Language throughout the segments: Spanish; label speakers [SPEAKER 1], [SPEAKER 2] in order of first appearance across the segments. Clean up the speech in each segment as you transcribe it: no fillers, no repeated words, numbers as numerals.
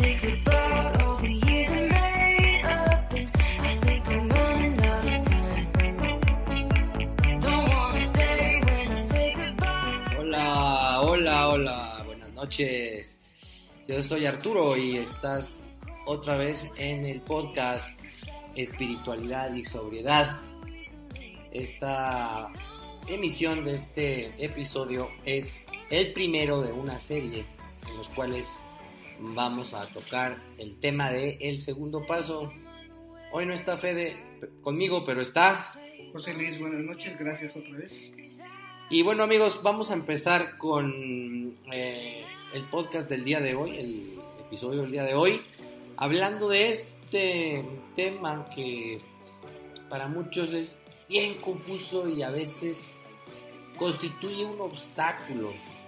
[SPEAKER 1] Hola, buenas noches. Yo soy Arturo y estás otra vez en el podcast Espiritualidad y Sobriedad. Esta emisión de este episodio es el primero de una serie en los cuales vamos a tocar el tema de el segundo paso. Hoy no está Fede conmigo, pero está
[SPEAKER 2] José Luis. Buenas noches, gracias otra vez.
[SPEAKER 1] Y bueno, amigos, vamos a empezar con el podcast del día de hoy, el episodio del día de hoy, hablando de este tema que para muchos es bien confuso y a veces constituye un obstáculo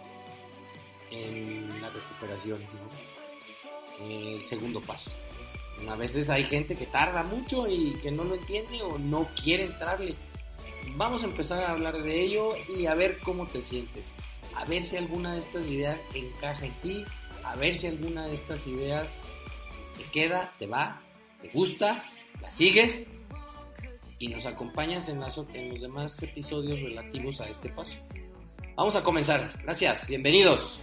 [SPEAKER 1] en la recuperación, ¿no? El segundo paso. A veces hay gente que tarda mucho y que no lo entiende o no quiere entrarle. Vamos a empezar a hablar de ello y a ver cómo te sientes, a ver si alguna de estas ideas encaja en ti, a ver si alguna de estas ideas te queda, te va, te gusta, la sigues y nos acompañas en los demás episodios relativos a este paso. Vamos a comenzar. Gracias, bienvenidos.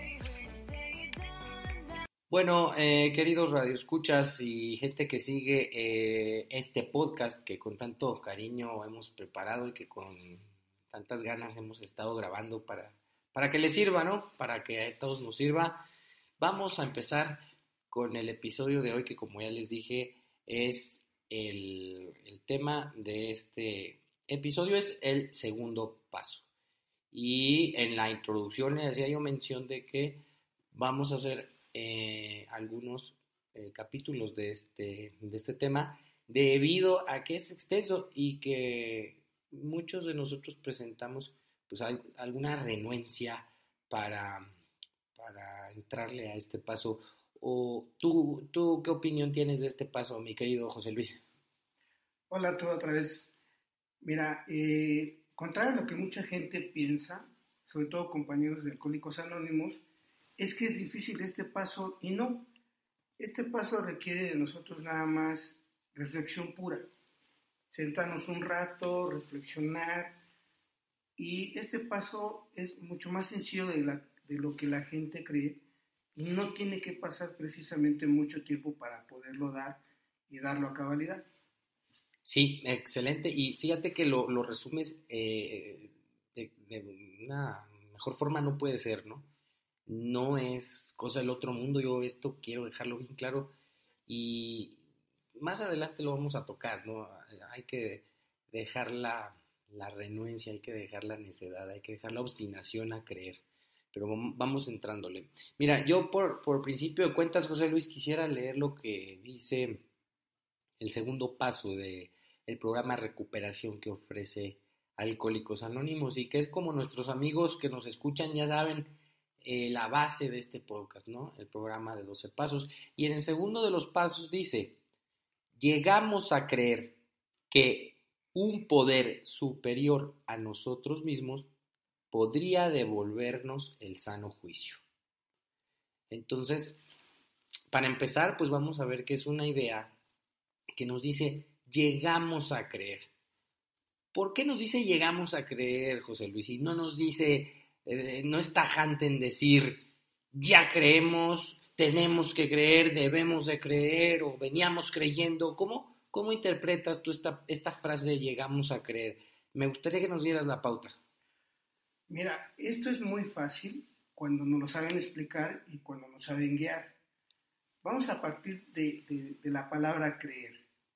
[SPEAKER 1] Bueno, queridos radioescuchas y gente que sigue este podcast que con tanto cariño hemos preparado y que con tantas ganas hemos estado grabando para que les sirva, ¿no? Para que a todos nos sirva. Vamos a empezar con el episodio de hoy que, como ya les dije, es el tema de este episodio, es el segundo paso. Y en la introducción les hacía yo mención de que vamos a hacer algunos capítulos de este tema debido a que es extenso y que muchos de nosotros presentamos pues alguna renuencia para entrarle a este paso. ¿O tú qué opinión tienes de este paso, mi querido José Luis?
[SPEAKER 2] Hola a todos otra vez. Mira, contrario a lo que mucha gente piensa, sobre todo compañeros de Alcohólicos Anónimos, es que es difícil este paso y no. Este paso requiere de nosotros nada más reflexión pura. Sentarnos un rato, reflexionar. Y este paso es mucho más sencillo de lo que la gente cree y no tiene que pasar precisamente mucho tiempo para poderlo dar y darlo a cabalidad.
[SPEAKER 1] Sí, excelente. Y fíjate que lo resumes de una mejor forma no puede ser, ¿no? No es cosa del otro mundo, yo esto quiero dejarlo bien claro y más adelante lo vamos a tocar, ¿no? Hay que dejar la renuencia, hay que dejar la necedad, hay que dejar la obstinación a creer, pero vamos entrándole. Mira, yo por principio de cuentas, José Luis, quisiera leer lo que dice el segundo paso del programa de recuperación que ofrece Alcohólicos Anónimos y que es como nuestros amigos que nos escuchan ya saben, la base de este podcast, ¿no? El programa de 12 pasos. Y en el segundo de los pasos dice, llegamos a creer que un poder superior a nosotros mismos podría devolvernos el sano juicio. Entonces, para empezar, pues vamos a ver que es una idea que nos dice, llegamos a creer. ¿Por qué nos dice llegamos a creer, José Luis? Y no nos dice... no es tajante en decir, ya creemos, tenemos que creer, debemos de creer o veníamos creyendo. ¿Cómo interpretas tú esta frase de llegamos a creer? Me gustaría que nos dieras la pauta.
[SPEAKER 2] Mira, esto es muy fácil cuando nos lo saben explicar y cuando nos saben guiar. Vamos a partir de la palabra creer.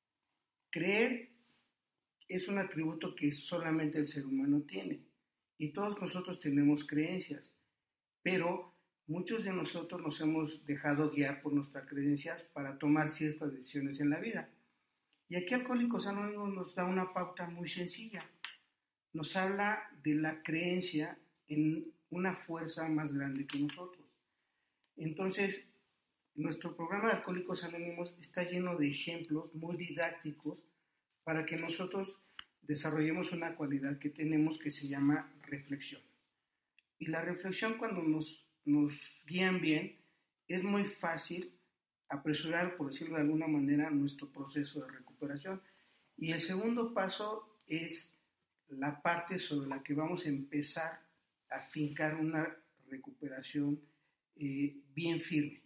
[SPEAKER 2] Creer es un atributo que solamente el ser humano tiene. Y todos nosotros tenemos creencias, pero muchos de nosotros nos hemos dejado guiar por nuestras creencias para tomar ciertas decisiones en la vida. Y aquí Alcohólicos Anónimos nos da una pauta muy sencilla. Nos habla de la creencia en una fuerza más grande que nosotros. Entonces, nuestro programa de Alcohólicos Anónimos está lleno de ejemplos muy didácticos para que nosotros desarrollemos una cualidad que tenemos que se llama reflexión. Y la reflexión, cuando nos guían bien, es muy fácil apresurar, por decirlo de alguna manera, nuestro proceso de recuperación. Y el segundo paso es la parte sobre la que vamos a empezar a fincar una recuperación bien firme.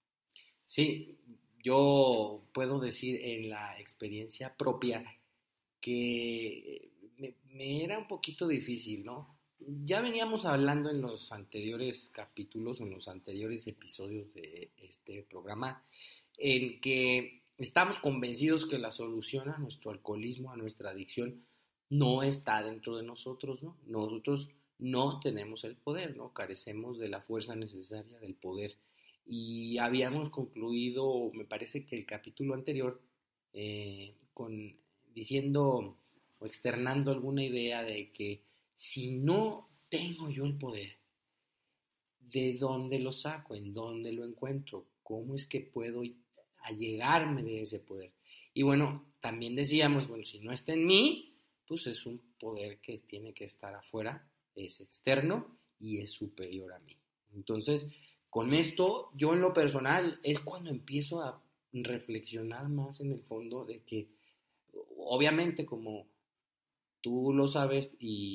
[SPEAKER 1] Sí, yo puedo decir en la experiencia propia que me era un poquito difícil, ¿no? Ya veníamos hablando en los anteriores capítulos, en los anteriores episodios de este programa, en que estamos convencidos que la solución a nuestro alcoholismo, a nuestra adicción, no está dentro de nosotros, ¿no? Nosotros no tenemos el poder, ¿no? Carecemos de la fuerza necesaria del poder. Y habíamos concluido, me parece que el capítulo anterior, con diciendo o externando alguna idea de que si no tengo yo el poder, ¿de dónde lo saco? ¿En dónde lo encuentro? ¿Cómo es que puedo allegarme de ese poder? Y bueno, también decíamos, bueno, si no está en mí, pues es un poder que tiene que estar afuera, es externo y es superior a mí. Entonces, con esto, yo en lo personal es cuando empiezo a reflexionar más en el fondo de que, obviamente, como tú lo sabes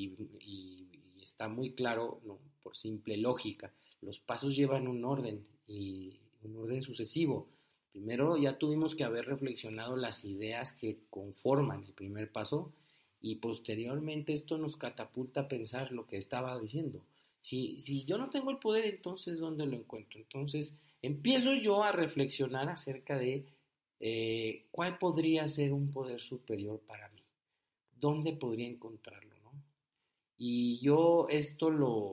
[SPEAKER 1] y está muy claro, ¿no? Por simple lógica, los pasos llevan un orden y un orden sucesivo. Primero ya tuvimos que haber reflexionado las ideas que conforman el primer paso y posteriormente esto nos catapulta a pensar lo que estaba diciendo. Si yo no tengo el poder, entonces ¿dónde lo encuentro? Entonces empiezo yo a reflexionar acerca de cuál podría ser un poder superior para mí. ¿Dónde podría encontrarlo, no? Y yo esto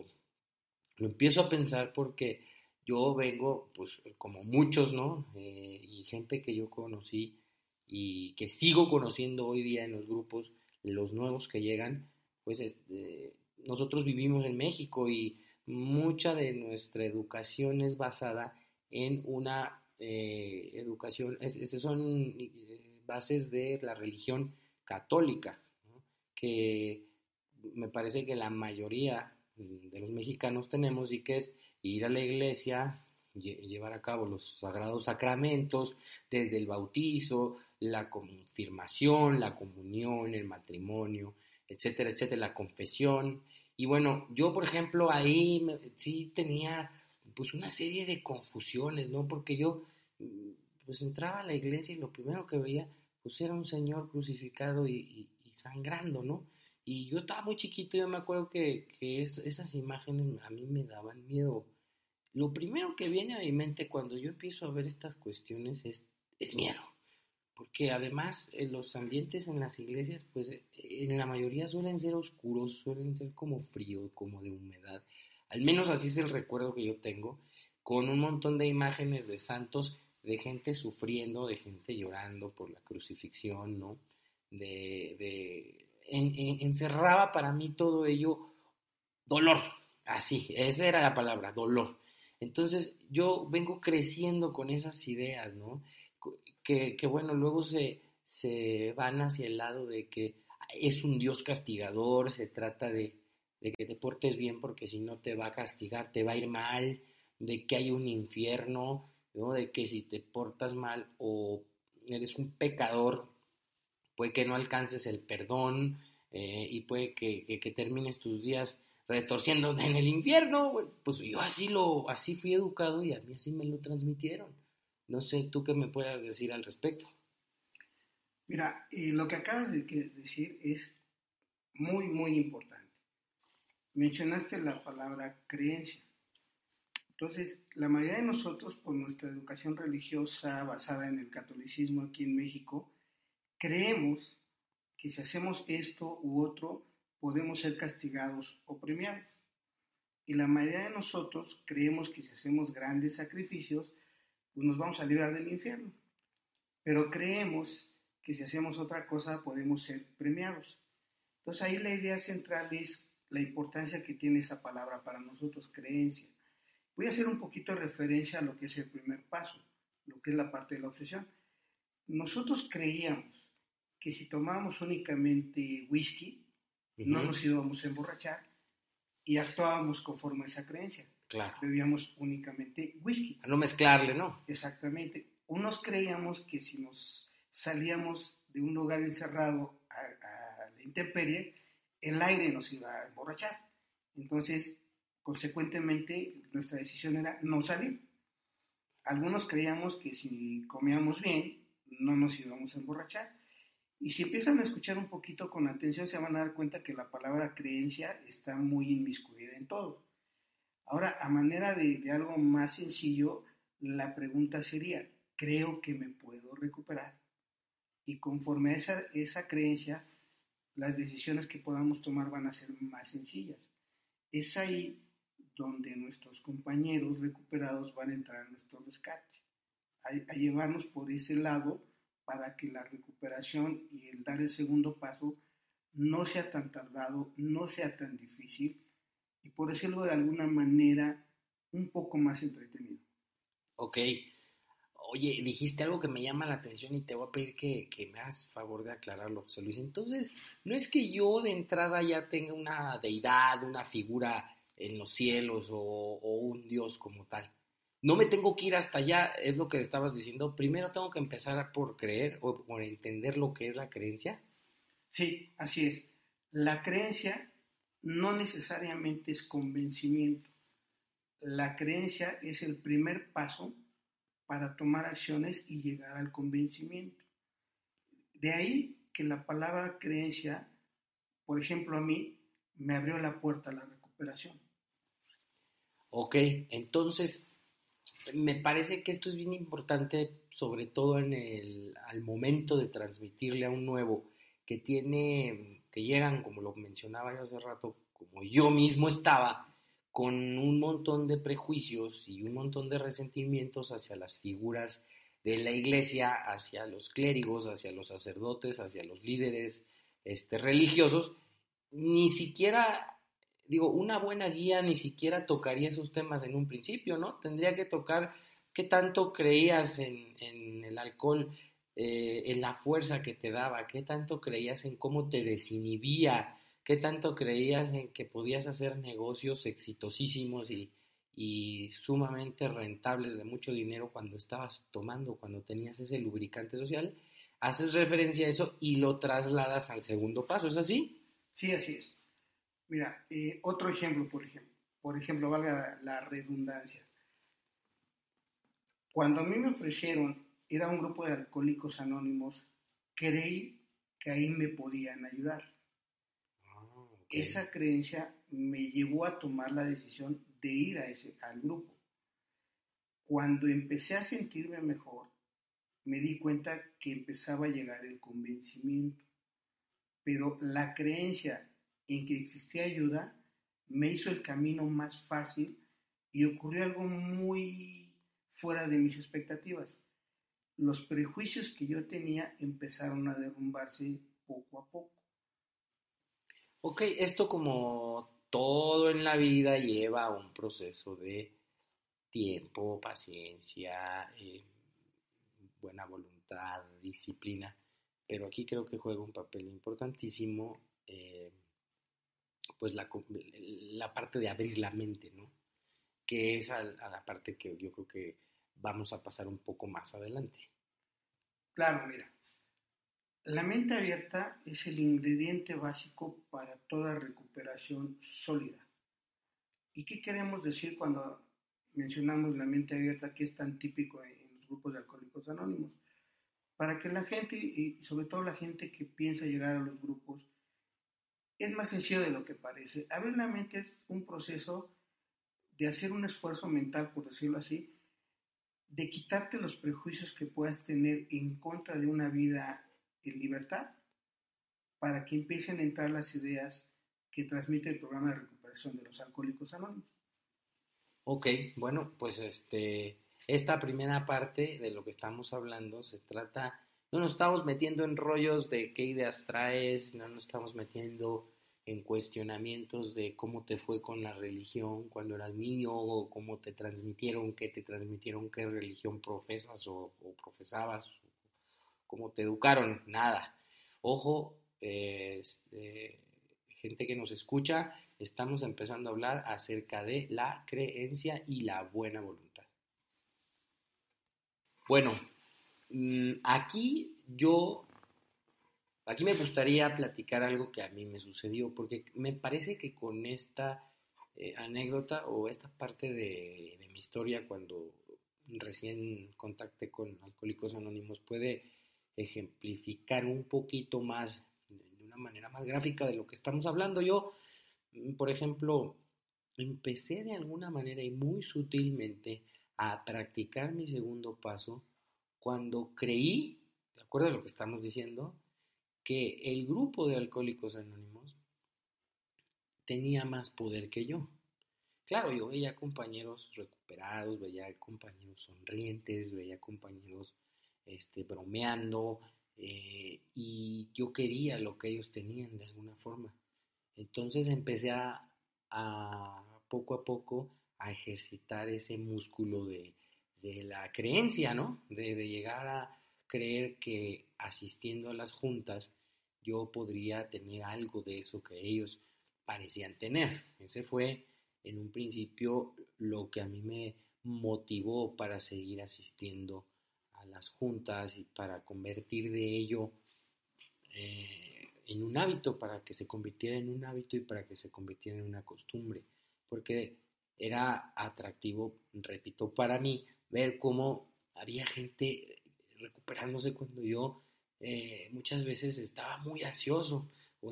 [SPEAKER 1] lo empiezo a pensar porque yo vengo, pues, como muchos, ¿no? Y gente que yo conocí y que sigo conociendo hoy día en los grupos, los nuevos que llegan, pues, nosotros vivimos en México y mucha de nuestra educación es basada en una educación, esas son bases de la religión católica, ¿no? Que me parece que la mayoría de los mexicanos tenemos y que es ir a la iglesia, llevar a cabo los sagrados sacramentos, desde el bautizo, la confirmación, la comunión, el matrimonio, etcétera, etcétera, la confesión. Y bueno, yo por ejemplo ahí sí tenía pues una serie de confusiones, ¿no? Porque yo pues entraba a la iglesia y lo primero que veía pues era un señor crucificado y sangrando, ¿no? Y yo estaba muy chiquito, yo me acuerdo que esas imágenes a mí me daban miedo. Lo primero que viene a mi mente cuando yo empiezo a ver estas cuestiones es miedo, porque además los ambientes en las iglesias, pues en la mayoría suelen ser oscuros, suelen ser como fríos, como de humedad. Al menos así es el recuerdo que yo tengo, con un montón de imágenes de santos, de gente sufriendo, de gente llorando por la crucifixión, ¿no? Encerraba para mí todo ello dolor, así, esa era la palabra, dolor. Entonces yo vengo creciendo con esas ideas, ¿no? Que bueno, luego se van hacia el lado de que es un Dios castigador, se trata de que te portes bien porque si no te va a castigar, te va a ir mal, de que hay un infierno, ¿no? De que si te portas mal o eres un pecador, puede que no alcances el perdón y puede que termines tus días retorciéndote en el infierno. Pues yo así fui educado y a mí así me lo transmitieron. No sé, tú qué me puedas decir al respecto.
[SPEAKER 2] Mira, lo que acabas de decir es muy, muy importante. Mencionaste la palabra creencia. Entonces, la mayoría de nosotros, por nuestra educación religiosa basada en el catolicismo aquí en México, creemos que si hacemos esto u otro, podemos ser castigados o premiados. Y la mayoría de nosotros creemos que si hacemos grandes sacrificios, pues nos vamos a librar del infierno. Pero creemos que si hacemos otra cosa, podemos ser premiados. Entonces ahí la idea central es la importancia que tiene esa palabra para nosotros, creencia. Voy a hacer un poquito de referencia a lo que es el primer paso, lo que es la parte de la obsesión. Nosotros creíamos que si tomábamos únicamente whisky, no nos íbamos a emborrachar y actuábamos conforme a esa creencia.
[SPEAKER 1] Claro.
[SPEAKER 2] Bebíamos únicamente whisky.
[SPEAKER 1] A no mezclarle, ¿no?
[SPEAKER 2] Exactamente. unos creíamos que si nos salíamos de un lugar encerrado a la intemperie, el aire nos iba a emborrachar. Entonces, consecuentemente, nuestra decisión era no salir. Algunos creíamos que si comíamos bien, no nos íbamos a emborrachar. Y si empiezan a escuchar un poquito con atención, se van a dar cuenta que la palabra creencia está muy inmiscuida en todo. Ahora, a manera de algo más sencillo, la pregunta sería, ¿creo que me puedo recuperar? Y conforme a esa creencia, las decisiones que podamos tomar van a ser más sencillas. Es ahí donde nuestros compañeros recuperados van a entrar a nuestro rescate, a llevarnos por ese lado para que la recuperación y el dar el segundo paso no sea tan tardado, no sea tan difícil y por decirlo de alguna manera un poco más entretenido.
[SPEAKER 1] Ok. Oye, dijiste algo que me llama la atención y te voy a pedir que me hagas favor de aclararlo, José Luis. Entonces, no es que yo de entrada ya tenga una deidad, una figura en los cielos o un Dios como tal. No me tengo que ir hasta allá, es lo que estabas diciendo. Primero tengo que empezar por creer o por entender lo que es la creencia.
[SPEAKER 2] Sí, así es. La creencia no necesariamente es convencimiento. La creencia es el primer paso para tomar acciones y llegar al convencimiento. De ahí que la palabra creencia, por ejemplo, a mí me abrió la puerta a la recuperación.
[SPEAKER 1] Ok, entonces me parece que esto es bien importante, sobre todo al momento de transmitirle a un nuevo que llegan, como lo mencionaba yo hace rato, como yo mismo estaba, con un montón de prejuicios y un montón de resentimientos hacia las figuras de la iglesia, hacia los clérigos, hacia los sacerdotes, hacia los líderes religiosos. Ni siquiera, digo, una buena guía ni siquiera tocaría esos temas en un principio, ¿no? Tendría que tocar qué tanto creías en el alcohol, en la fuerza que te daba, qué tanto creías en cómo te desinhibía, qué tanto creías en que podías hacer negocios exitosísimos y sumamente rentables de mucho dinero cuando estabas tomando, cuando tenías ese lubricante social. Haces referencia a eso y lo trasladas al segundo paso, ¿es así?
[SPEAKER 2] Sí, así es. Mira, otro ejemplo, por ejemplo, valga la redundancia. Cuando a mí me ofrecieron ir a un grupo de alcohólicos anónimos, creí que ahí me podían ayudar. Okay. Esa creencia me llevó a tomar la decisión de ir al grupo. Cuando empecé a sentirme mejor, me di cuenta que empezaba a llegar el convencimiento, pero la creencia en que existía ayuda me hizo el camino más fácil y ocurrió algo muy fuera de mis expectativas. Los prejuicios que yo tenía empezaron a derrumbarse poco a poco.
[SPEAKER 1] Ok, esto como todo en la vida lleva a un proceso de tiempo, paciencia, buena voluntad, disciplina, pero aquí creo que juega un papel importantísimo pues la parte de abrir la mente, ¿no? Que es a la parte que yo creo que vamos a pasar un poco más adelante.
[SPEAKER 2] Claro, mira, la mente abierta es el ingrediente básico para toda recuperación sólida. ¿Y qué queremos decir cuando mencionamos la mente abierta, que es tan típico en los grupos de alcohólicos anónimos? Para que la gente, y sobre todo la gente que piensa llegar a los grupos, es más sencillo de lo que parece. Abrir la mente es un proceso de hacer un esfuerzo mental, por decirlo así, de quitarte los prejuicios que puedas tener en contra de una vida en libertad, para que empiecen a entrar las ideas que transmite el programa de recuperación de los alcohólicos anónimos.
[SPEAKER 1] Ok, bueno, pues esta primera parte de lo que estamos hablando se trata, no nos estamos metiendo en rollos de qué ideas traes, no nos estamos metiendo en cuestionamientos de cómo te fue con la religión cuando eras niño o cómo te transmitieron, qué religión profesas o profesabas, cómo te educaron, nada. Ojo, gente que nos escucha, estamos empezando a hablar acerca de la creencia y la buena voluntad. Bueno, Aquí me gustaría platicar algo que a mí me sucedió, porque me parece que con esta anécdota o esta parte de mi historia cuando recién contacté con Alcohólicos Anónimos puede ejemplificar un poquito más, de una manera más gráfica de lo que estamos hablando. Yo, por ejemplo, empecé de alguna manera y muy sutilmente a practicar mi segundo paso cuando creí, de acuerdo a lo que estamos diciendo, que el grupo de Alcohólicos Anónimos tenía más poder que yo. Claro, yo veía compañeros recuperados, veía compañeros sonrientes, veía compañeros bromeando, y yo quería lo que ellos tenían de alguna forma. Entonces empecé a poco a poco a ejercitar ese músculo de la creencia, ¿no? De llegar a creer que asistiendo a las juntas yo podría tener algo de eso que ellos parecían tener. Ese fue en un principio lo que a mí me motivó para seguir asistiendo a las juntas y para convertir de ello en un hábito, para que se convirtiera en un hábito y para que se convirtiera en una costumbre, porque era atractivo, repito, para mí ver cómo había gente recuperándose cuando yo muchas veces estaba muy ansioso o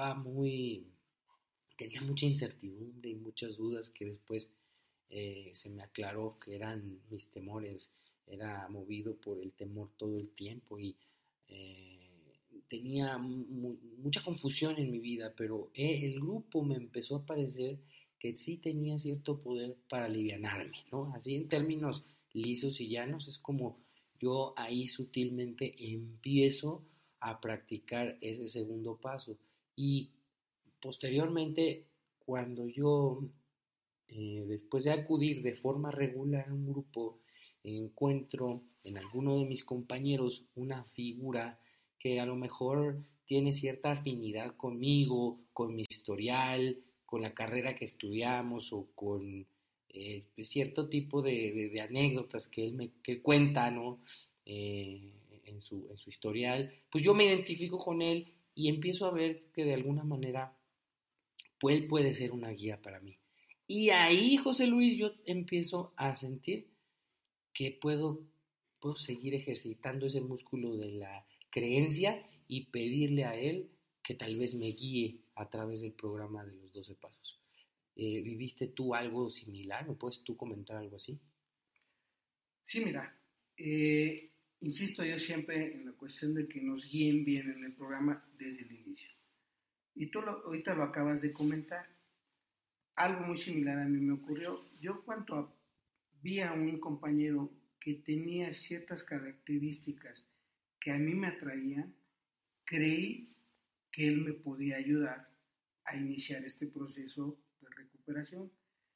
[SPEAKER 1] tenía mucha incertidumbre y muchas dudas que después se me aclaró que eran mis temores. Era movido por el temor todo el tiempo y tenía mucha confusión en mi vida, pero el grupo me empezó a parecer que sí tenía cierto poder para alivianarme, ¿no? Así en términos lisos y llanos es como yo ahí sutilmente empiezo a practicar ese segundo paso. Y posteriormente, cuando yo, después de acudir de forma regular a un grupo, encuentro en alguno de mis compañeros una figura que a lo mejor tiene cierta afinidad conmigo, con mi historial, con la carrera que estudiamos o con cierto tipo de anécdotas que que cuenta, ¿no? En su historial, pues yo me identifico con él y empiezo a ver que de alguna manera pues él puede ser una guía para mí. Y ahí, José Luis, yo empiezo a sentir que puedo seguir ejercitando ese músculo de la creencia y pedirle a él que tal vez me guíe a través del programa de los 12 pasos. ¿Viviste tú algo similar? ¿Me puedes tú comentar algo así?
[SPEAKER 2] Sí, mira, insisto yo siempre en la cuestión de que nos guíen bien en el programa desde el inicio. Y ahorita lo acabas de comentar. Algo muy similar a mí me ocurrió. Yo cuando vi a un compañero que tenía ciertas características que a mí me atraían, creí que él me podía ayudar a iniciar este proceso de recuperación.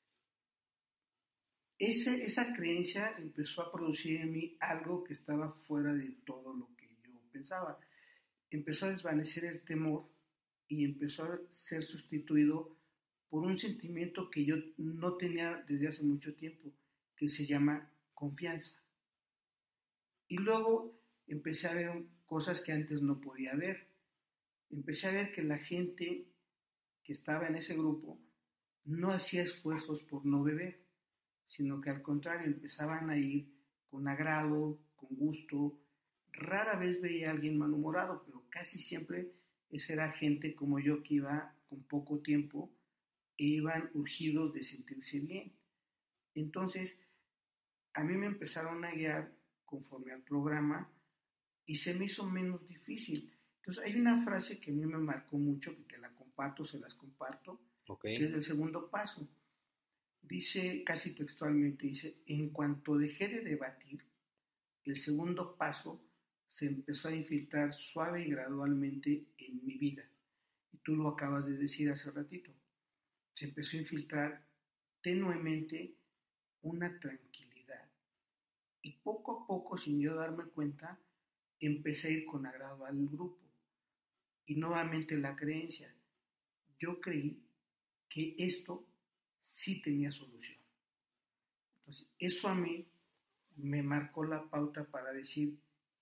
[SPEAKER 2] Esa creencia empezó a producir en mí algo que estaba fuera de todo lo que yo pensaba. Empezó a desvanecer el temor y empezó a ser sustituido por un sentimiento que yo no tenía desde hace mucho tiempo, que se llama confianza. Y luego empecé a ver cosas que antes no podía ver. Empecé a ver que la gente que estaba en ese grupo no hacía esfuerzos por no beber, sino que al contrario empezaban a ir con agrado, con gusto. Rara vez veía a alguien malhumorado, pero casi siempre esa era gente como yo que iba con poco tiempo e iban urgidos de sentirse bien. Entonces, a mí me empezaron a guiar conforme al programa y se me hizo menos difícil. Entonces, hay una frase que a mí me marcó mucho, que te la comparto, se las comparto,
[SPEAKER 1] Okay.
[SPEAKER 2] que es el segundo paso. Dice casi textualmente, dice, en cuanto dejé de debatir, el segundo paso se empezó a infiltrar suave y gradualmente en mi vida. Y tú lo acabas de decir hace ratito. Se empezó a infiltrar tenuemente una tranquilidad. Y poco a poco, sin yo darme cuenta, empecé a ir con agrado al grupo. Y nuevamente la creencia. Yo creí que esto sí tenía solución. Entonces, eso a mí me marcó la pauta para decir,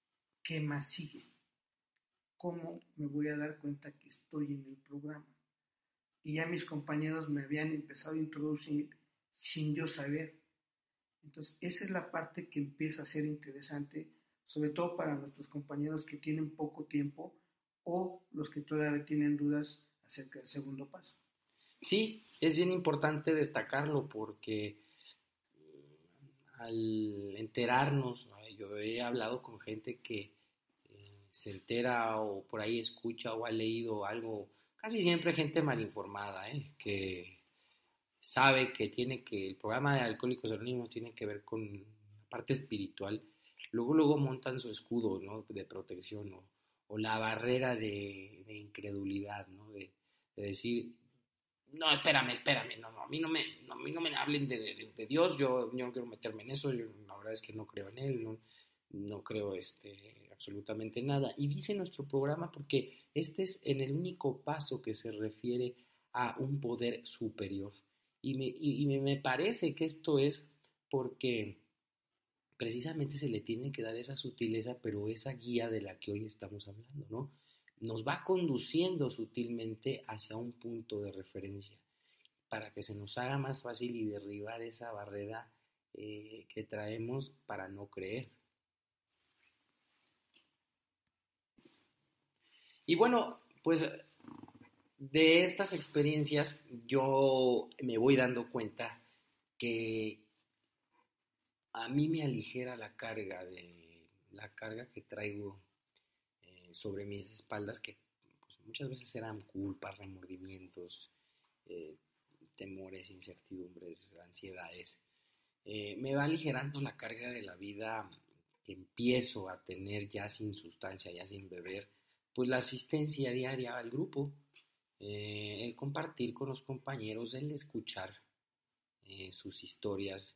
[SPEAKER 2] ¿qué más sigue? ¿Cómo me voy a dar cuenta que estoy en el programa? Y ya mis compañeros me habían empezado a introducir sin yo saber. Entonces, esa es la parte que empieza a ser interesante, sobre todo para nuestros compañeros que tienen poco tiempo o los que todavía tienen dudas acerca del segundo paso.
[SPEAKER 1] Sí, es bien importante destacarlo porque al enterarnos, ¿no? Yo he hablado con gente que se entera o por ahí escucha o ha leído algo, casi siempre gente mal informada, que sabe que el programa de Alcohólicos Anónimos tiene que ver con la parte espiritual, luego montan su escudo, ¿no? De protección o la barrera de incredulidad, ¿no? De decir, no, espérame, no, a mí no me hablen de Dios, yo no quiero meterme en eso, yo la verdad es que no creo en él, no creo absolutamente nada. Y dice nuestro programa porque este es en el único paso que se refiere a un poder superior. Me parece que esto es porque precisamente se le tiene que dar esa sutileza, pero esa guía de la que hoy estamos hablando, ¿no? Nos va conduciendo sutilmente hacia un punto de referencia para que se nos haga más fácil y derribar esa barrera que traemos para no creer. Y bueno, pues de estas experiencias yo me voy dando cuenta que a mí me aligera la carga que traigo sobre mis espaldas, que pues, muchas veces eran culpas, remordimientos, eh, temores, incertidumbres, ansiedades. Me va aligerando la carga de la vida que empiezo a tener ya sin sustancia, ya sin beber, pues la asistencia diaria al grupo, el compartir con los compañeros, el escuchar sus historias.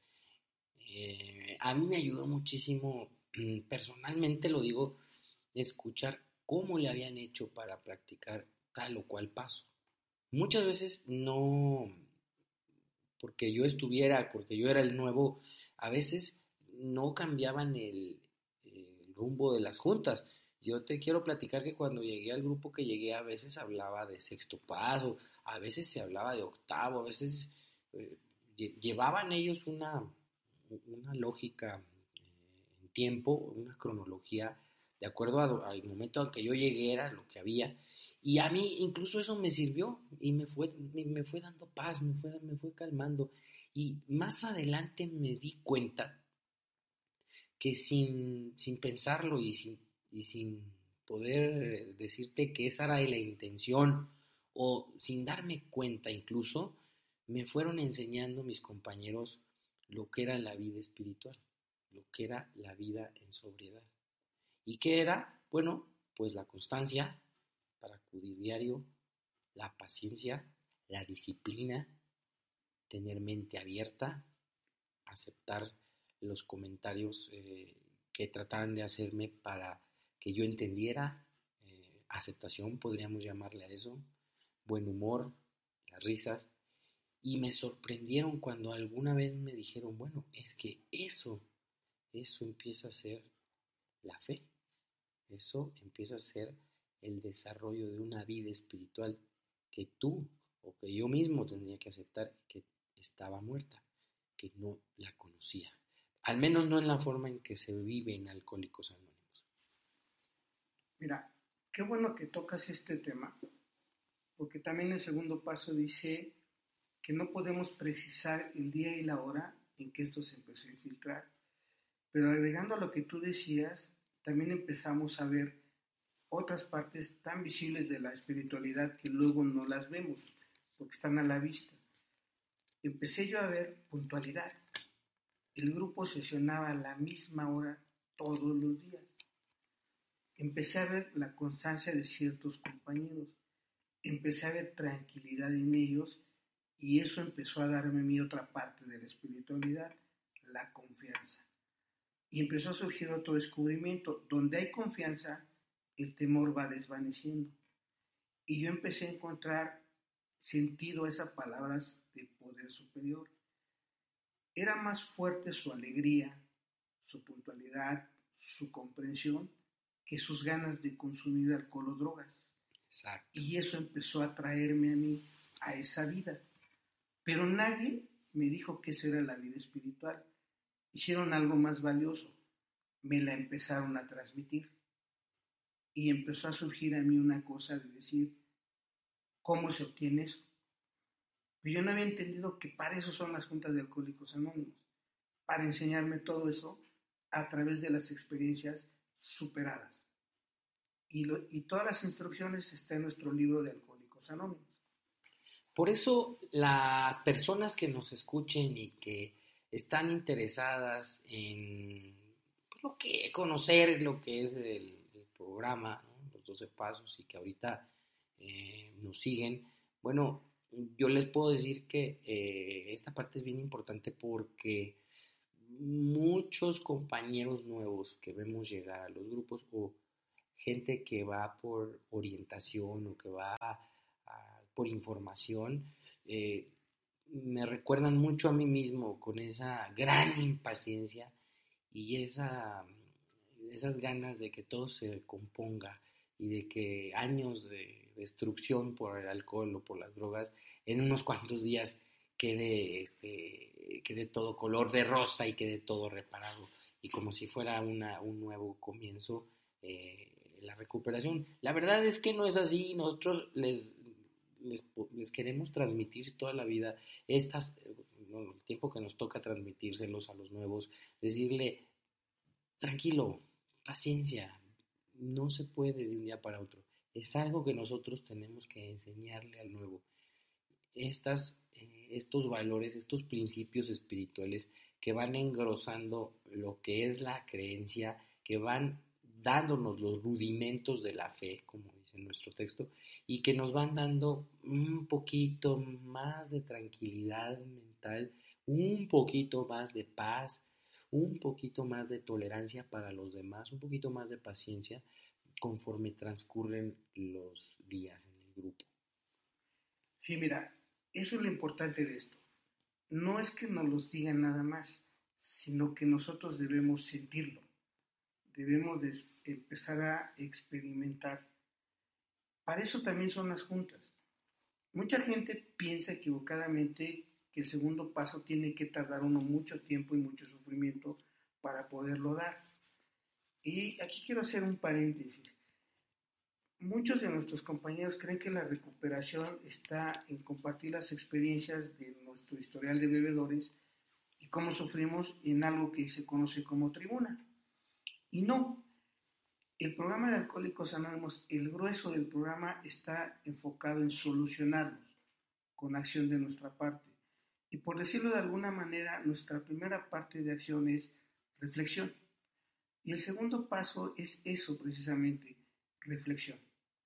[SPEAKER 1] A mí me ayudó muchísimo, personalmente lo digo, escuchar cómo le habían hecho para practicar tal o cual paso. Muchas veces no porque porque yo era el nuevo, a veces no cambiaban el rumbo de las juntas. Yo te quiero platicar que cuando llegué al grupo que llegué a veces hablaba de sexto paso, a veces se hablaba de octavo, a veces eh, llevaban ellos una lógica en tiempo, una cronología, de acuerdo al momento en que yo llegué era lo que había, y a mí incluso eso me sirvió y me fue dando paz, me fue calmando. Y más adelante me di cuenta que sin pensarlo y sin poder decirte que esa era la intención o sin darme cuenta incluso, me fueron enseñando mis compañeros lo que era la vida espiritual, lo que era la vida en sobriedad. ¿Y qué era? Bueno, pues la constancia para acudir diario, la paciencia, la disciplina, tener mente abierta, aceptar los comentarios que trataban de hacerme para que yo entendiera, aceptación podríamos llamarle a eso, buen humor, las risas, y me sorprendieron cuando alguna vez me dijeron, bueno, es que eso empieza a ser la fe, eso empieza a ser el desarrollo de una vida espiritual que tú o que yo mismo tendría que aceptar que estaba muerta, que no la conocía. Al menos no en la forma en que se vive en Alcohólicos Anónimos.
[SPEAKER 2] Mira, qué bueno que tocas este tema, porque también el segundo paso dice que no podemos precisar el día y la hora en que esto se empezó a infiltrar. Pero agregando a lo que tú decías, también empezamos a ver otras partes tan visibles de la espiritualidad que luego no las vemos, porque están a la vista. Empecé yo a ver puntualidad. El grupo sesionaba a la misma hora todos los días. Empecé a ver la constancia de ciertos compañeros. Empecé a ver tranquilidad en ellos y eso empezó a darme a mí otra parte de la espiritualidad, la confianza. Y empezó a surgir otro descubrimiento. Donde hay confianza, el temor va desvaneciendo. Y yo empecé a encontrar sentido a esas palabras de poder superior. Era más fuerte su alegría, su puntualidad, su comprensión, que sus ganas de consumir alcohol o drogas.
[SPEAKER 1] Exacto.
[SPEAKER 2] Y eso empezó a traerme a mí a esa vida. Pero nadie me dijo que esa era la vida espiritual. Hicieron algo más valioso. Me la empezaron a transmitir. Y empezó a surgir a mí una cosa de decir, ¿cómo se obtiene eso? Pero yo no había entendido que para eso son las juntas de Alcohólicos Anónimos, para enseñarme todo eso a través de las experiencias superadas. Y todas las instrucciones están en nuestro libro de Alcohólicos Anónimos.
[SPEAKER 1] Por eso las personas que nos escuchen y que están interesadas en conocer lo que es el programa, ¿no? Los 12 pasos, y que ahorita nos siguen, bueno, yo les puedo decir que esta parte es bien importante porque muchos compañeros nuevos que vemos llegar a los grupos, o gente que va por orientación o que va por información, me recuerdan mucho a mí mismo con esa gran impaciencia y esas ganas de que todo se componga y de que años de destrucción por el alcohol o por las drogas en unos cuantos días quede todo color de rosa y quede todo reparado y como si fuera un nuevo comienzo, la recuperación. La verdad es que no es así. Nosotros les queremos transmitir toda la vida el tiempo que nos toca transmitírselos a los nuevos, decirle, tranquilo, paciencia, no se puede de un día para otro, es algo que nosotros tenemos que enseñarle al nuevo. Estos valores, estos principios espirituales que van engrosando lo que es la creencia, que van dándonos los rudimentos de la fe, como dice nuestro texto, y que nos van dando un poquito más de tranquilidad mental, un poquito más de paz, un poquito más de tolerancia para los demás, un poquito más de paciencia conforme transcurren los días en el grupo.
[SPEAKER 2] Sí, mira, eso es lo importante de esto. No es que nos los digan nada más, sino que nosotros debemos sentirlo. Debemos de empezar a experimentar. Para eso también son las juntas. Mucha gente piensa equivocadamente que el segundo paso tiene que tardar uno mucho tiempo y mucho sufrimiento para poderlo dar. Y aquí quiero hacer un paréntesis. Muchos de nuestros compañeros creen que la recuperación está en compartir las experiencias de nuestro historial de bebedores y cómo sufrimos en algo que se conoce como tribuna. Y no, el programa de Alcohólicos Anónimos, el grueso del programa está enfocado en solucionarlos con acción de nuestra parte. Y por decirlo de alguna manera, nuestra primera parte de acción es reflexión. Y el segundo paso es eso precisamente, reflexión.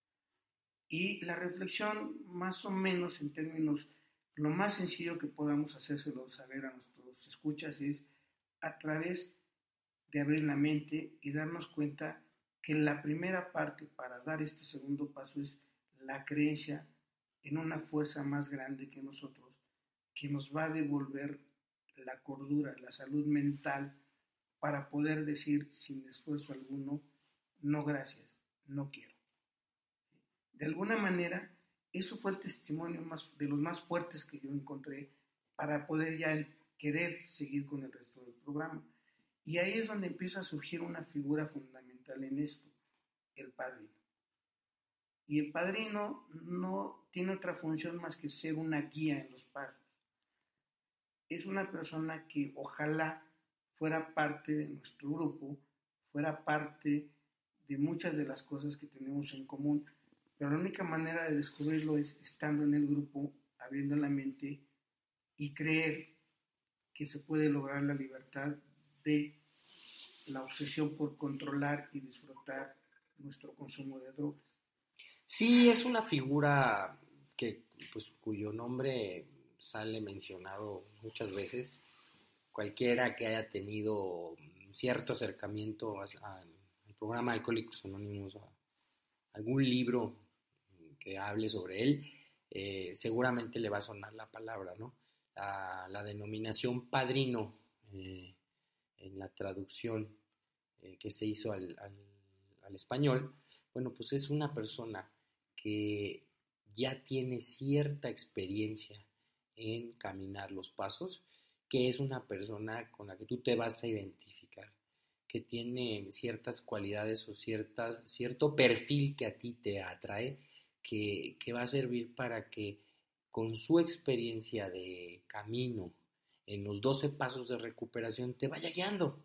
[SPEAKER 2] Y la reflexión, más o menos en términos, lo más sencillo que podamos hacérselo saber a nuestros escuchas es a través de abrir la mente y darnos cuenta que la primera parte para dar este segundo paso es la creencia en una fuerza más grande que nosotros, que nos va a devolver la cordura, la salud mental, para poder decir sin esfuerzo alguno, no gracias, no quiero. De alguna manera, eso fue el testimonio de los más fuertes que yo encontré para poder ya querer seguir con el resto del programa. Y ahí es donde empieza a surgir una figura fundamental en esto, el padrino. Y el padrino no tiene otra función más que ser una guía en los pasos. Es una persona que ojalá fuera parte de nuestro grupo, fuera parte de muchas de las cosas que tenemos en común, pero la única manera de descubrirlo es estando en el grupo, abriendo la mente y creer que se puede lograr la libertad de la obsesión por controlar y disfrutar nuestro consumo de drogas.
[SPEAKER 1] Sí, es una figura cuyo nombre sale mencionado muchas veces. Cualquiera que haya tenido cierto acercamiento al programa Alcohólicos Anónimos, a algún libro que hable sobre él, seguramente le va a sonar la palabra, ¿no? La denominación padrino, en la traducción que se hizo al al español, bueno, pues es una persona que ya tiene cierta experiencia en caminar los pasos, que es una persona con la que tú te vas a identificar, que tiene ciertas cualidades o cierto perfil que a ti te atrae, que va a servir para que con su experiencia de camino en los 12 pasos de recuperación te vaya guiando.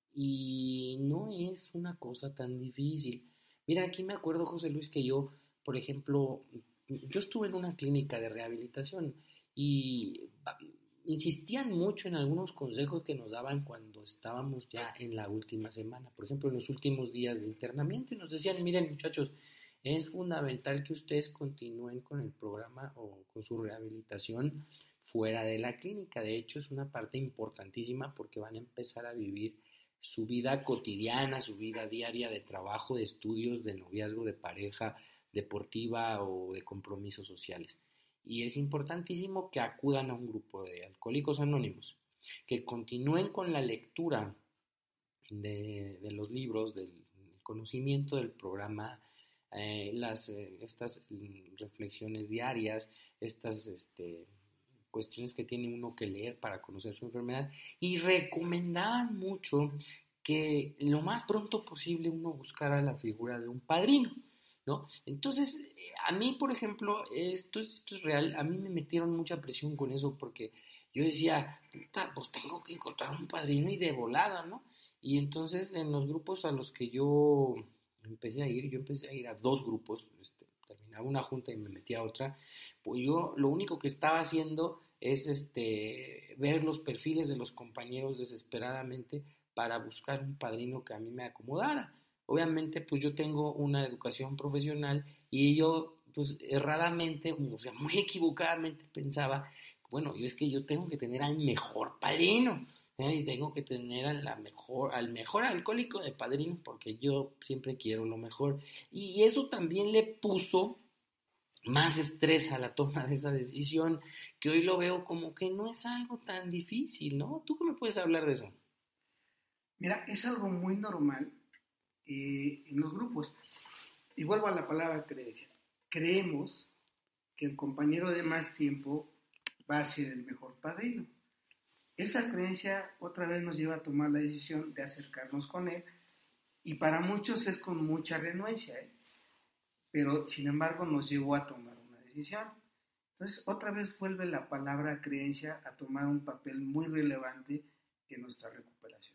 [SPEAKER 1] Y no es una cosa tan difícil. Mira, aquí me acuerdo, José Luis, que yo, por ejemplo, yo estuve en una clínica de rehabilitación y insistían mucho en algunos consejos que nos daban cuando estábamos ya en la última semana, por ejemplo, en los últimos días de internamiento, y nos decían, miren muchachos, es fundamental que ustedes continúen con el programa o con su rehabilitación fuera de la clínica. De hecho, es una parte importantísima porque van a empezar a vivir su vida cotidiana, su vida diaria de trabajo, de estudios, de noviazgo, de pareja deportiva o de compromisos sociales. Y es importantísimo que acudan a un grupo de Alcohólicos Anónimos, que continúen con la lectura de los libros, del conocimiento del programa, estas reflexiones diarias, estas cuestiones que tiene uno que leer para conocer su enfermedad, y recomendaban mucho que lo más pronto posible uno buscara la figura de un padrino, ¿no? Entonces, a mí, por ejemplo, esto es real, a mí me metieron mucha presión con eso porque yo decía, pues tengo que encontrar un padrino y de volada, ¿no? Y entonces en los grupos a los que yo empecé a ir a dos grupos, terminaba una junta y me metía a otra, pues yo lo único que estaba haciendo es ver los perfiles de los compañeros desesperadamente para buscar un padrino que a mí me acomodara. Obviamente, pues yo tengo una educación profesional y yo, pues erradamente, o sea, muy equivocadamente pensaba, bueno, yo es que yo tengo que tener al mejor padrino, ¿eh? Y tengo que tener al mejor alcohólico de padrino porque yo siempre quiero lo mejor. Y eso también le puso más estrés a la toma de esa decisión, que hoy lo veo como que no es algo tan difícil, ¿no? ¿Tú qué me puedes hablar de eso?
[SPEAKER 2] Mira, es algo muy normal en los grupos. Y vuelvo a la palabra creencia. Creemos que el compañero de más tiempo va a ser el mejor padrino. Esa creencia otra vez nos lleva a tomar la decisión de acercarnos con él y para muchos es con mucha renuencia, pero sin embargo nos llevó a tomar una decisión. Entonces otra vez vuelve la palabra creencia a tomar un papel muy relevante en nuestra recuperación.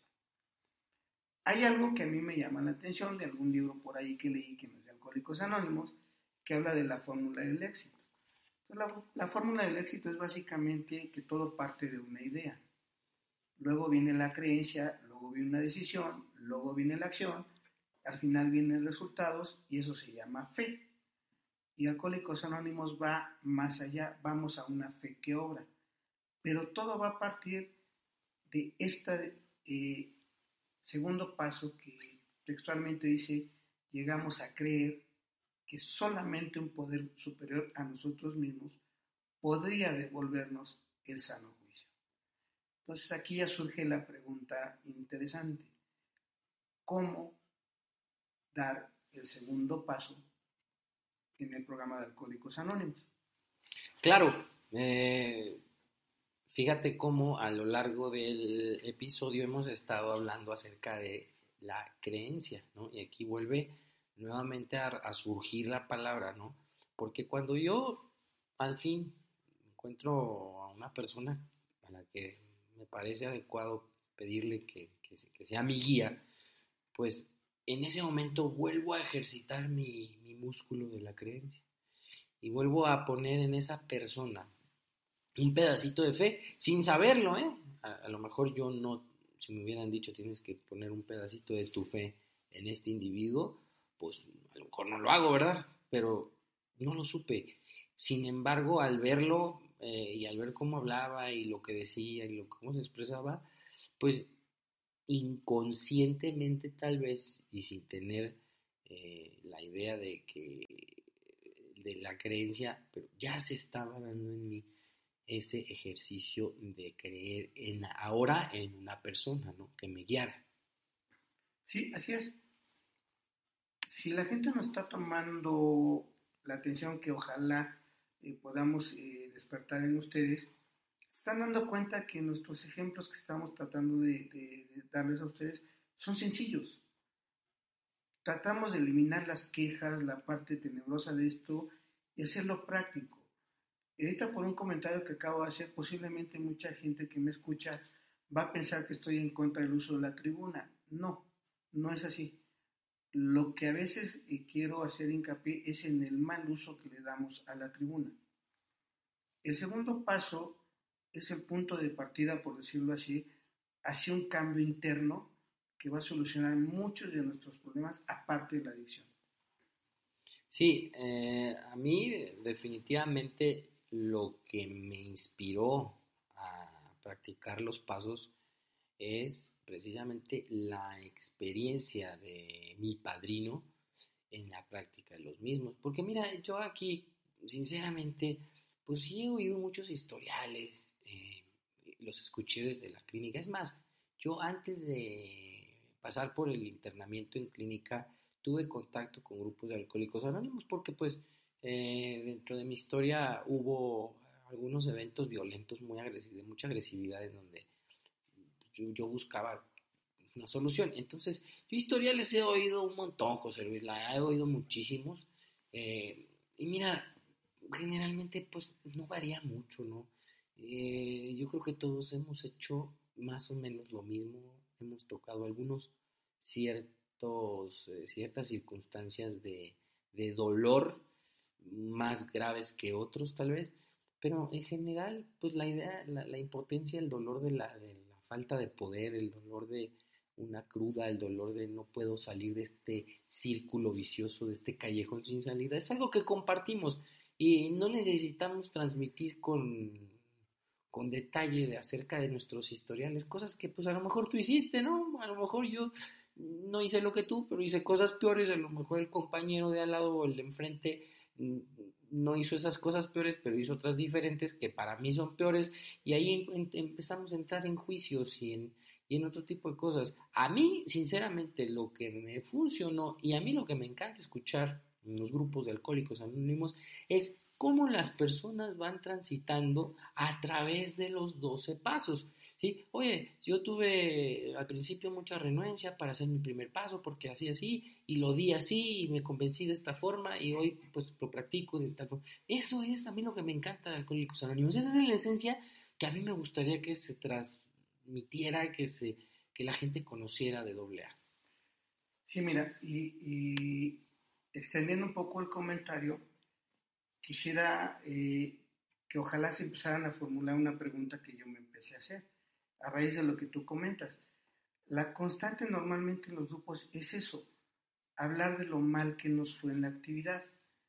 [SPEAKER 2] Hay algo que a mí me llama la atención de algún libro por ahí que leí que no es de Alcohólicos Anónimos, que habla de la fórmula del éxito. Entonces, la fórmula del éxito es básicamente que todo parte de una idea. Luego viene la creencia, luego viene una decisión, luego viene la acción, al final vienen resultados y eso se llama fe. Y Alcohólicos Anónimos va más allá, vamos a una fe que obra. Pero todo va a partir de este segundo paso que textualmente dice, llegamos a creer que solamente un poder superior a nosotros mismos podría devolvernos el sano juicio. Entonces aquí ya surge la pregunta interesante, ¿cómo dar el segundo paso en el programa de Alcohólicos Anónimos?
[SPEAKER 1] Claro, fíjate cómo a lo largo del episodio hemos estado hablando acerca de la creencia, ¿no? Y aquí vuelve nuevamente a surgir la palabra, ¿no? Porque cuando yo al fin encuentro a una persona a la que me parece adecuado pedirle que sea mi guía, pues en ese momento vuelvo a ejercitar mi músculo de la creencia y vuelvo a poner en esa persona un pedacito de fe, sin saberlo, ¿eh? A lo mejor yo no, si me hubieran dicho tienes que poner un pedacito de tu fe en este individuo, pues a lo mejor no lo hago, ¿verdad? Pero no lo supe. Sin embargo, al verlo y al ver cómo hablaba y lo que decía y cómo se expresaba, pues inconscientemente tal vez y sin tener la idea de la creencia, pero ya se estaba dando en mí ese ejercicio de creer ahora en una persona, ¿no? Que me guiara.
[SPEAKER 2] Sí, así es. si la gente nos está tomando la atención que ojalá podamos despertar en ustedes, se están dando cuenta que nuestros ejemplos que estamos tratando de darles a ustedes son sencillos. Tratamos de eliminar las quejas, la parte tenebrosa de esto y hacerlo práctico. Y ahorita por un comentario que acabo de hacer, posiblemente mucha gente que me escucha va a pensar que estoy en contra del uso de la tribuna. No, no es así. Lo que a veces quiero hacer hincapié es en el mal uso que le damos a la tribuna. El segundo paso es el punto de partida, por decirlo así, hacia un cambio interno que va a solucionar muchos de nuestros problemas aparte de la adicción.
[SPEAKER 1] Sí, a mí definitivamente lo que me inspiró a practicar los pasos es precisamente la experiencia de mi padrino en la práctica de los mismos. Porque mira, yo aquí, sinceramente, pues sí he oído muchos historiales, los escuché desde la clínica. Es más, yo antes de pasar por el internamiento en clínica, tuve contacto con grupos de alcohólicos anónimos porque pues dentro de mi historia hubo algunos eventos violentos muy agresivos, de mucha agresividad en donde yo buscaba una solución. Entonces, yo historiales he oído un montón, José Luis, la he oído muchísimos. Y mira, generalmente pues no varía mucho, ¿no? Yo creo que todos hemos hecho más o menos lo mismo, hemos tocado algunos ciertas circunstancias de dolor más graves que otros tal vez, pero en general pues la idea, la impotencia, el dolor de la falta de poder, el dolor de una cruda, el dolor de no puedo salir de este círculo vicioso, de este callejón sin salida, es algo que compartimos y no necesitamos transmitir con detalle de acerca de nuestros historiales, cosas que pues a lo mejor tú hiciste, ¿no? A lo mejor yo no hice lo que tú, pero hice cosas peores, a lo mejor el compañero de al lado o el de enfrente no hizo esas cosas peores, pero hizo otras diferentes que para mí son peores y ahí empezamos a entrar en juicios y en otro tipo de cosas. A mí, sinceramente, lo que me funcionó y a mí lo que me encanta escuchar en los grupos de alcohólicos anónimos es cómo las personas van transitando a través de los 12 pasos. ¿Sí? Oye, yo tuve al principio mucha renuencia para hacer mi primer paso porque así, y lo di así, y me convencí de esta forma, y hoy pues lo practico de esta forma. Eso es a mí lo que me encanta de Alcohólicos Anónimos. Esa es la esencia que a mí me gustaría que se transmitiera, que la gente conociera de AA.
[SPEAKER 2] Sí, mira, y extendiendo un poco el comentario, quisiera que ojalá se empezaran a formular una pregunta que yo me empecé a hacer a raíz de lo que tú comentas. La constante normalmente en los grupos es eso, hablar de lo mal que nos fue en la actividad.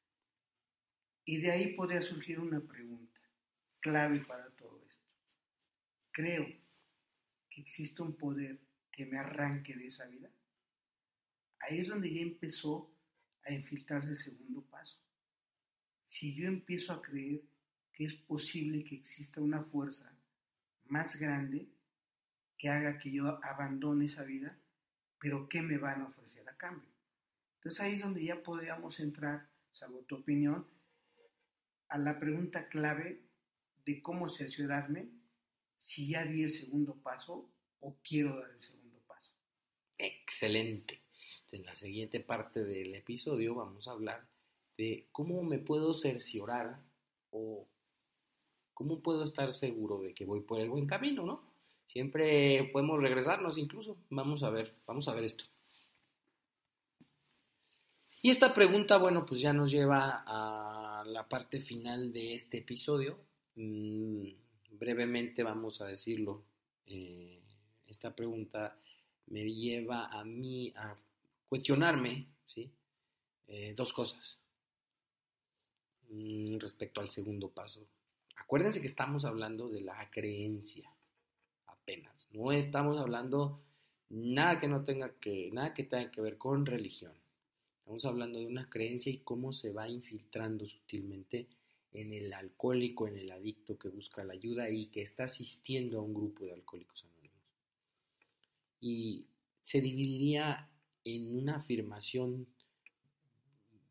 [SPEAKER 2] Y de ahí podría surgir una pregunta clave para todo esto. ¿Creo que existe un poder que me arranque de esa vida? Ahí es donde ya empezó a infiltrarse el segundo paso. Si yo empiezo a creer que es posible que exista una fuerza más grande que haga que yo abandone esa vida, pero ¿qué me van a ofrecer a cambio? Entonces ahí es donde ya podríamos entrar, salvo tu opinión, a la pregunta clave de cómo cerciorarme si ya di el segundo paso o quiero dar el segundo paso.
[SPEAKER 1] Excelente. En la siguiente parte del episodio vamos a hablar de cómo me puedo cerciorar o cómo puedo estar seguro de que voy por el buen camino, ¿no? Siempre podemos regresarnos incluso. Vamos a ver esto. Y esta pregunta, bueno, pues ya nos lleva a la parte final de este episodio. Brevemente vamos a decirlo. Esta pregunta me lleva a mí a cuestionarme, ¿sí? Dos cosas respecto al segundo paso. Acuérdense que estamos hablando de la creencia apenas. No estamos hablando nada que tenga que ver con religión. Estamos hablando de una creencia y cómo se va infiltrando sutilmente en el alcohólico, en el adicto que busca la ayuda y que está asistiendo a un grupo de alcohólicos anónimos. Y se dividiría en una afirmación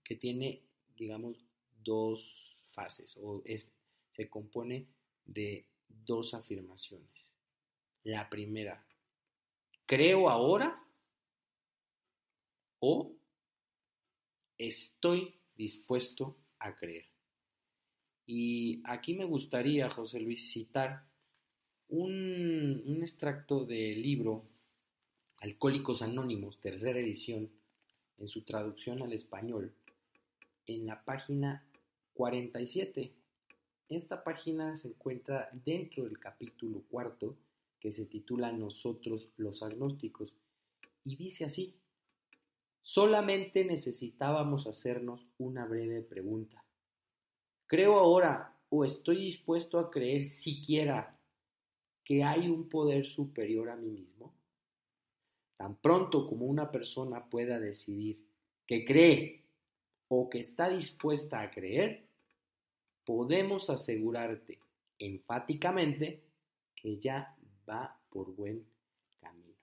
[SPEAKER 1] que tiene, digamos, dos fases, se compone de dos afirmaciones. La primera, creo ahora o estoy dispuesto a creer. Y aquí me gustaría, José Luis, citar un extracto del libro Alcohólicos Anónimos, tercera edición, en su traducción al español, en la página 47. Esta página se encuentra dentro del capítulo 4, que se titula Nosotros los agnósticos, y dice así: solamente necesitábamos hacernos una breve pregunta. ¿Creo ahora o estoy dispuesto a creer siquiera que hay un poder superior a mí mismo? Tan pronto como una persona pueda decidir que cree o que está dispuesta a creer, podemos asegurarte enfáticamente que ya va por buen camino.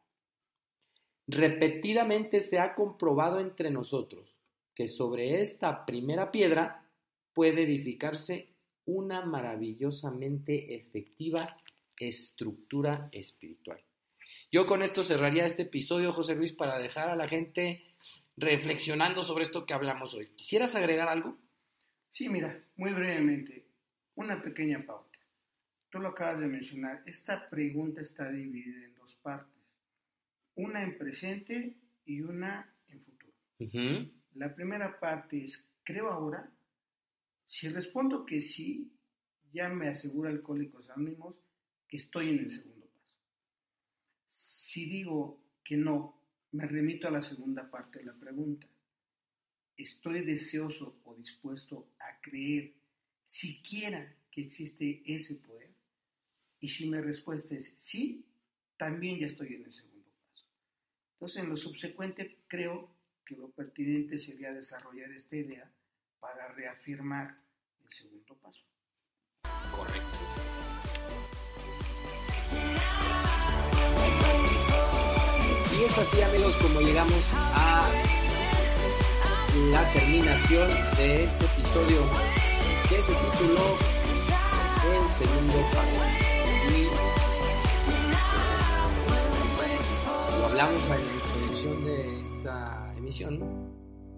[SPEAKER 1] Repetidamente se ha comprobado entre nosotros que sobre esta primera piedra puede edificarse una maravillosamente efectiva estructura espiritual. Yo con esto cerraría este episodio, José Luis, para dejar a la gente reflexionando sobre esto que hablamos hoy. ¿Quisieras agregar algo?
[SPEAKER 2] Sí, mira, muy brevemente, una pequeña pauta. Tú lo acabas de mencionar, esta pregunta está dividida en dos partes, una en presente y una en futuro.
[SPEAKER 1] Uh-huh.
[SPEAKER 2] La primera parte es, ¿creo ahora? Si respondo que sí, ya me asegura Alcohólicos Anónimos que estoy en el segundo paso. Si digo que no, me remito a la segunda parte de la pregunta. ¿Estoy deseoso o dispuesto a creer siquiera que existe ese poder? Y si mi respuesta es sí, también ya estoy en el segundo paso. Entonces, en lo subsecuente, creo que lo pertinente sería desarrollar esta idea para reafirmar el segundo paso.
[SPEAKER 1] Correcto. Y es así, amigos, como llegamos a la terminación de este episodio que se tituló El segundo paso. Y lo hablamos en la introducción de esta emisión,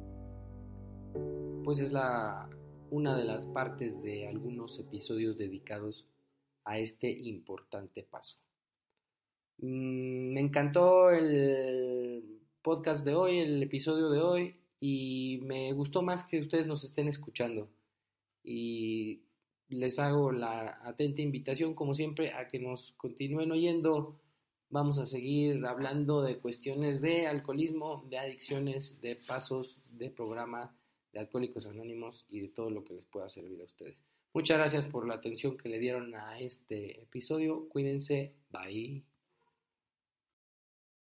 [SPEAKER 1] pues es una de las partes de algunos episodios dedicados a este importante paso. Me encantó el podcast de hoy, el episodio de hoy, y me gustó más que ustedes nos estén escuchando. Y les hago la atenta invitación, como siempre, a que nos continúen oyendo. Vamos a seguir hablando de cuestiones de alcoholismo, de adicciones, de pasos, de programa, de Alcohólicos Anónimos y de todo lo que les pueda servir a ustedes. Muchas gracias por la atención que le dieron a este episodio. Cuídense. Bye.